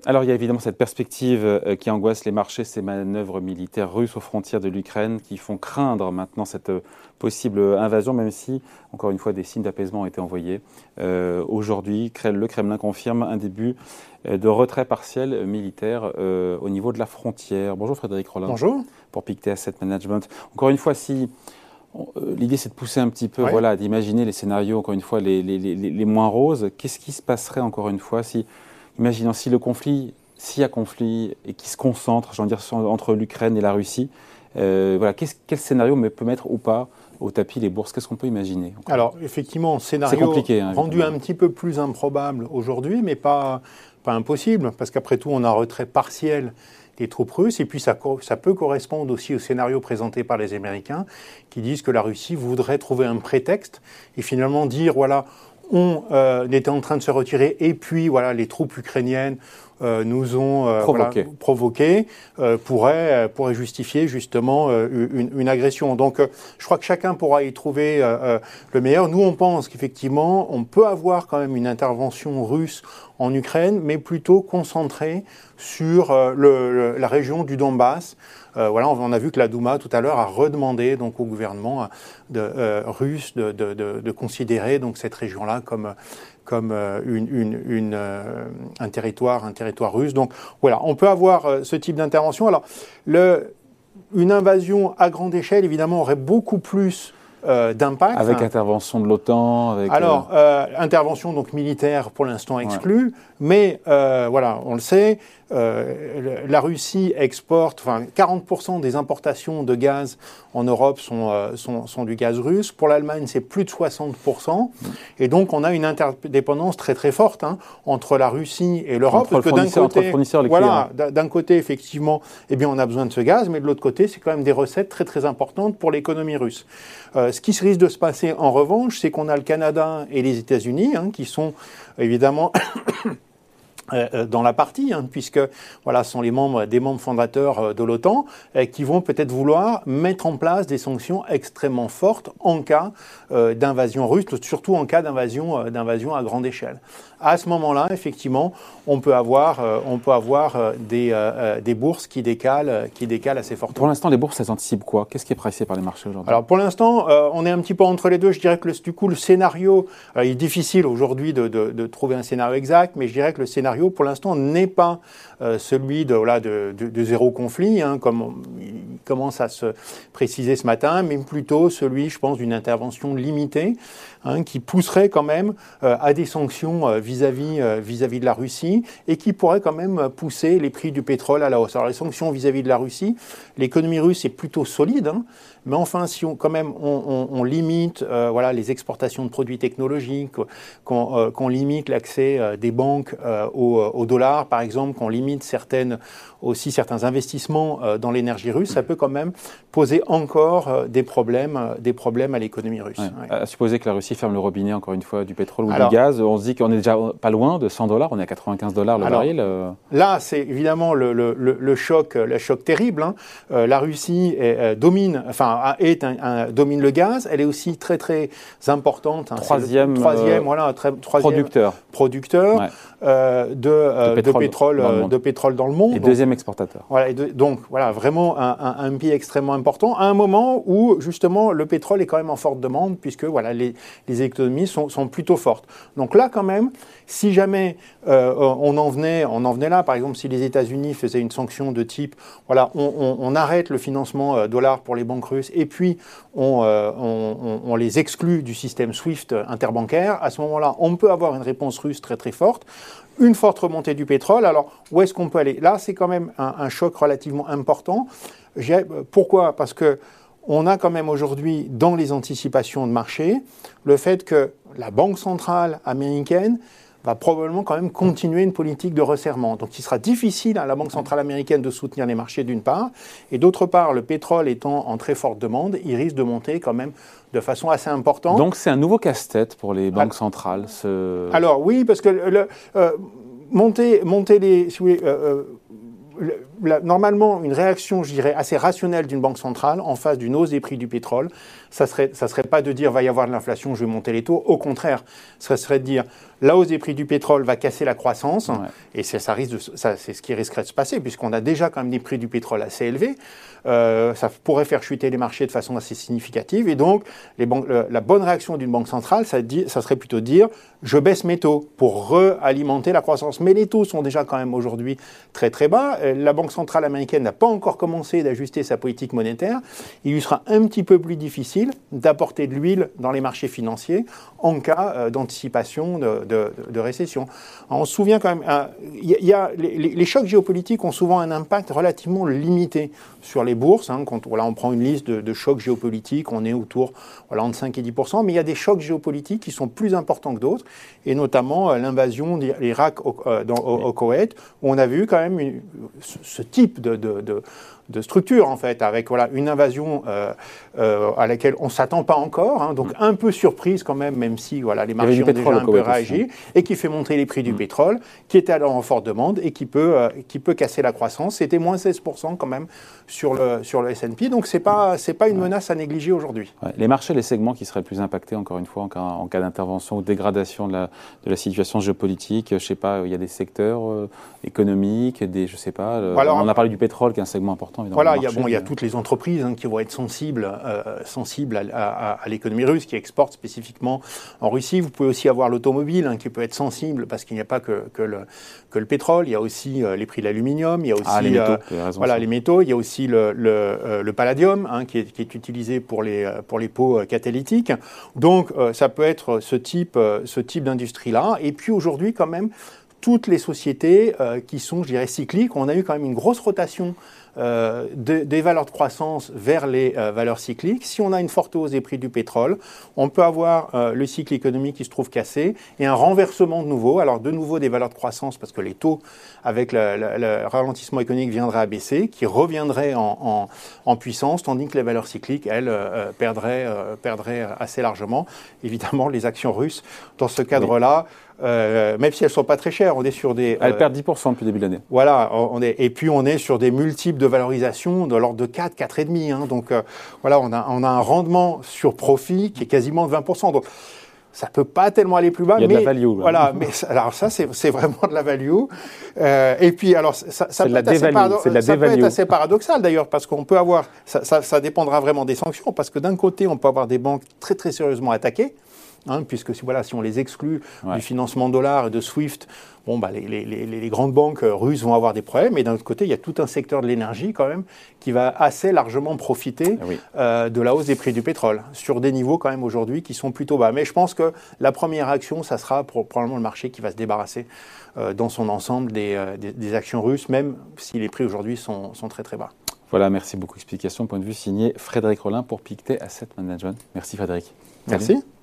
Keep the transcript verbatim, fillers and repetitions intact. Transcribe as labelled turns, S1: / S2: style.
S1: Alors, il y a évidemment cette perspective euh, qui angoisse les marchés, ces manœuvres militaires russes aux frontières de l'Ukraine qui font craindre maintenant cette euh, possible invasion, même si, encore une fois, des signes d'apaisement ont été envoyés. Euh, Aujourd'hui, le Kremlin confirme un début euh, de retrait partiel militaire euh, au niveau de la frontière. Bonjour Frédéric Rollin.
S2: Bonjour.
S1: Pour Pictet Asset Management. Encore une fois, si... Euh, l'idée, c'est de pousser un petit peu,
S2: ouais.
S1: voilà, d'imaginer les scénarios, encore une fois, les, les, les, les moins roses. Qu'est-ce qui se passerait, encore une fois, si... Imaginons si le conflit, s'il y a conflit et qui se concentre, j'en dire, entre l'Ukraine et la Russie, euh, voilà, quel scénario peut mettre ou pas au tapis les bourses? Qu'est-ce qu'on peut imaginer?
S2: Alors, effectivement, scénario
S1: hein,
S2: rendu un petit peu plus improbable aujourd'hui, mais pas, pas impossible, parce qu'après tout, on a un retrait partiel des troupes russes, et puis ça, ça peut correspondre aussi au scénario présenté par les Américains, qui disent que la Russie voudrait trouver un prétexte, et finalement dire, voilà, on euh, était en train de se retirer, et puis voilà, les troupes ukrainiennes euh, nous ont euh,
S1: provoqué,
S2: voilà, provoqué euh, pourrait, euh, pourrait justifier justement euh, une, une agression. Donc euh, je crois que chacun pourra y trouver euh, euh, le meilleur. Nous, on pense qu'effectivement, on peut avoir quand même une intervention russe en Ukraine, mais plutôt concentrée sur euh, le, le, la région du Donbass. Euh, voilà, on a vu que la Douma tout à l'heure a redemandé donc au gouvernement de, euh, russe de, de, de, de considérer donc cette région-là comme comme euh, une, une, une, euh, un territoire un territoire russe. Donc voilà, on peut avoir euh, ce type d'intervention. Alors le, une invasion à grande échelle évidemment aurait beaucoup plus Euh, d'impact.
S1: Avec hein. intervention de l'OTAN avec
S2: Alors, euh, intervention donc militaire pour l'instant exclue, ouais. mais euh, voilà, on le sait, euh, la Russie exporte, enfin quarante pour cent des importations de gaz en Europe sont, euh, sont, sont du gaz russe. Pour l'Allemagne, c'est plus de soixante pour cent. Mmh. Et donc, on a une interdépendance très très forte hein, entre la Russie et l'Europe.
S1: Parce que d'un côté,
S2: voilà, d'un côté, effectivement, eh bien, on a besoin de ce gaz, mais de l'autre côté, c'est quand même des recettes très très importantes pour l'économie russe. Euh, ce qui risque de se passer en revanche, c'est qu'on a le Canada et les États-Unis hein, qui sont évidemment euh, dans la partie, hein, puisque voilà, ce sont les membres, des membres fondateurs de l'OTAN euh, qui vont peut-être vouloir mettre en place des sanctions extrêmement fortes en cas euh, d'invasion russe, surtout en cas d'invasion, euh, d'invasion à grande échelle. À ce moment-là, effectivement, on peut avoir, euh, on peut avoir euh, des, euh, des bourses qui décalent, qui décalent assez fortement.
S1: Pour l'instant, les bourses, elles anticipent quoi? Qu'est-ce qui est pricé par les marchés aujourd'hui?
S2: Alors pour l'instant, euh, on est un petit peu entre les deux. Je dirais que le, du coup, le scénario, euh, il est difficile aujourd'hui de, de, de trouver un scénario exact, mais je dirais que le scénario, pour l'instant, n'est pas euh, celui de, voilà, de, de, de zéro conflit, hein, comme on, il commence à se préciser ce matin, mais plutôt celui, je pense, d'une intervention limitée, hein, qui pousserait quand même euh, à des sanctions euh, vis-à-vis, euh, vis-à-vis de la Russie et qui pourrait quand même pousser les prix du pétrole à la hausse. Alors les sanctions vis-à-vis de la Russie, l'économie russe est plutôt solide, hein, mais enfin, si on, quand même on, on, on limite euh, voilà, les exportations de produits technologiques, qu'on, euh, qu'on limite l'accès euh, des banques euh, au, au dollar, par exemple, qu'on limite certaines, aussi certains investissements euh, dans l'énergie russe, ça peut quand même poser encore euh, des problèmes, euh, des problèmes à l'économie russe.
S1: Ouais.
S2: Ouais.
S1: À supposer que la Russie ferme le robinet, encore une fois, du pétrole ou
S2: alors,
S1: du gaz, on se dit qu'on est déjà pas loin de cent dollars, on est à quatre-vingt-quinze dollars le
S2: alors,
S1: baril. Euh...
S2: Là, c'est évidemment le, le, le, le choc, le choc terrible. Hein. Euh, la Russie est, euh, domine, enfin, est un, un, domine le gaz. Elle est aussi très très importante. Hein.
S1: Troisième,
S2: troisième,
S1: euh,
S2: voilà, très, troisième
S1: producteur,
S2: producteur ouais. euh, de, euh, de, pétrole, de, pétrole,
S1: dans
S2: de pétrole dans le monde.
S1: Et donc, deuxième exportateur.
S2: Voilà, et de, donc voilà, vraiment un, un, un pays extrêmement important à un moment où justement le pétrole est quand même en forte demande puisque voilà les, les économies sont, sont plutôt fortes. Donc là quand même, si jamais euh, on en venait, on en venait là, par exemple si les États-Unis faisaient une sanction de type, voilà, on, on, on arrête le financement euh, dollar pour les banques russes et puis on, euh, on, on, on les exclut du système SWIFT interbancaire. À ce moment-là, on peut avoir une réponse russe très très forte. Une forte remontée du pétrole. Alors, où est-ce qu'on peut aller? Là, c'est quand même un, un choc relativement important. J'ai, pourquoi? Parce que on a quand même aujourd'hui, dans les anticipations de marché, le fait que la Banque centrale américaine va probablement quand même continuer une politique de resserrement. Donc, il sera difficile à la Banque centrale américaine de soutenir les marchés d'une part, et d'autre part, le pétrole étant en très forte demande, il risque de monter quand même de façon assez importante.
S1: Donc, c'est un nouveau casse-tête pour les banques alors, centrales. Ce...
S2: Alors oui, parce que le, euh, monter, monter les, si vous voulez, euh, le, la, normalement, une réaction, je dirais, assez rationnelle d'une banque centrale en face d'une hausse des prix du pétrole, ça serait, ça serait pas de dire va y avoir de l'inflation, je vais monter les taux. Au contraire, ça serait de dire la hausse des prix du pétrole va casser la croissance, ouais. et c'est, ça risque de, ça, c'est ce qui risquerait de se passer, puisqu'on a déjà quand même des prix du pétrole assez élevés. Euh, ça pourrait faire chuter les marchés de façon assez significative. Et donc, les banques, le, la bonne réaction d'une banque centrale, ça, dit, ça serait plutôt de dire je baisse mes taux pour réalimenter la croissance. Mais les taux sont déjà quand même aujourd'hui très très bas. La Banque centrale américaine n'a pas encore commencé d'ajuster sa politique monétaire. Il lui sera un petit peu plus difficile d'apporter de l'huile dans les marchés financiers en cas euh, d'anticipation de, de, de récession. Alors, on se souvient quand même, il euh, y, y a, les, les chocs géopolitiques ont souvent un impact relativement limité sur les bourses. Hein, quand voilà, on prend une liste de, de chocs géopolitiques, on est autour voilà, entre cinq et dix pour cent, mais il y a des chocs géopolitiques qui sont plus importants que d'autres, et notamment euh, l'invasion de l'Irak au, euh, dans, au, au Koweït, où on a vu quand même une, ce, ce type de, de, de de structure en fait, avec voilà, une invasion euh, euh, à laquelle on ne s'attend pas encore, hein, donc mmh. un peu surprise quand même, même si voilà, les marchés ont déjà un peu réagi, et qui fait monter les prix du mmh. pétrole, qui était alors en forte demande et qui peut, euh, qui peut casser la croissance. C'était moins seize pour cent quand même sur le, sur le S and P, donc ce n'est pas, c'est pas une ouais. menace à négliger aujourd'hui.
S1: Ouais. Les marchés, les segments qui seraient le plus impactés, encore une fois, en cas, en cas d'intervention ou de dégradation de la, de la situation géopolitique, je ne sais pas, il y a des secteurs euh, économiques, des, je ne sais pas, le, alors, on a parlé du pétrole qui est un segment important.
S2: Voilà, il y, a, bon, il y a toutes les entreprises hein, qui vont être sensibles, euh, sensibles à, à, à l'économie russe, qui exportent spécifiquement en Russie. Vous pouvez aussi avoir l'automobile hein, qui peut être sensible parce qu'il n'y a pas que, que, le, que le pétrole. Il y a aussi euh, les prix de l'aluminium, il y a aussi
S1: ah, les, métaux,
S2: euh, voilà, les métaux, il y a aussi le, le, euh, le palladium hein, qui, est, qui est utilisé pour les, pour les pots euh, catalytiques. Donc euh, ça peut être ce type, euh, ce type d'industrie-là. Et puis aujourd'hui quand même, toutes les sociétés euh, qui sont, je dirais, cycliques, on a eu quand même une grosse rotation Euh, de, des valeurs de croissance vers les euh, valeurs cycliques. Si on a une forte hausse des prix du pétrole, on peut avoir euh, le cycle économique qui se trouve cassé et un renversement de nouveau. Alors de nouveau des valeurs de croissance parce que les taux avec le, le, le ralentissement économique viendraient à baisser, qui reviendraient en, en, en puissance, tandis que les valeurs cycliques, elles, euh, perdraient, euh, perdraient assez largement. Évidemment, les actions russes, dans ce cadre-là, oui. Euh, même si elles ne sont pas très chères, on est sur des...
S1: Elles euh, perdent dix pour cent depuis le début de l'année.
S2: Voilà, on est, et puis on est sur des multiples de valorisation de l'ordre de quatre, quatre virgule cinq. Hein, donc euh, voilà, on a, on a un rendement sur profit qui est quasiment de vingt pour cent. Donc ça ne peut pas tellement aller plus bas.
S1: Il y a
S2: mais,
S1: de la value.
S2: Voilà, mais alors ça, c'est, c'est vraiment de la value. Euh, et puis, alors, ça, ça, peut, être assez, parado-
S1: c'est de la
S2: ça peut être assez paradoxal d'ailleurs, parce qu'on peut avoir... Ça, ça, ça dépendra vraiment des sanctions, parce que d'un côté, on peut avoir des banques très, très sérieusement attaquées. Hein, puisque voilà, si on les exclut ouais. du financement dollar et de SWIFT, bon, bah, les, les, les, les grandes banques russes vont avoir des problèmes. Et d'un autre côté, il y a tout un secteur de l'énergie quand même qui va assez largement profiter oui. euh, de la hausse des prix du pétrole, sur des niveaux quand même aujourd'hui qui sont plutôt bas. Mais je pense que la première action, ça sera pour, probablement le marché qui va se débarrasser euh, dans son ensemble des, euh, des, des actions russes, même si les prix aujourd'hui sont, sont très très bas.
S1: Voilà, merci beaucoup. Explication, point de vue signé Frédéric Rollin pour Pictet Asset Management. Merci Frédéric.
S2: Merci. Salut.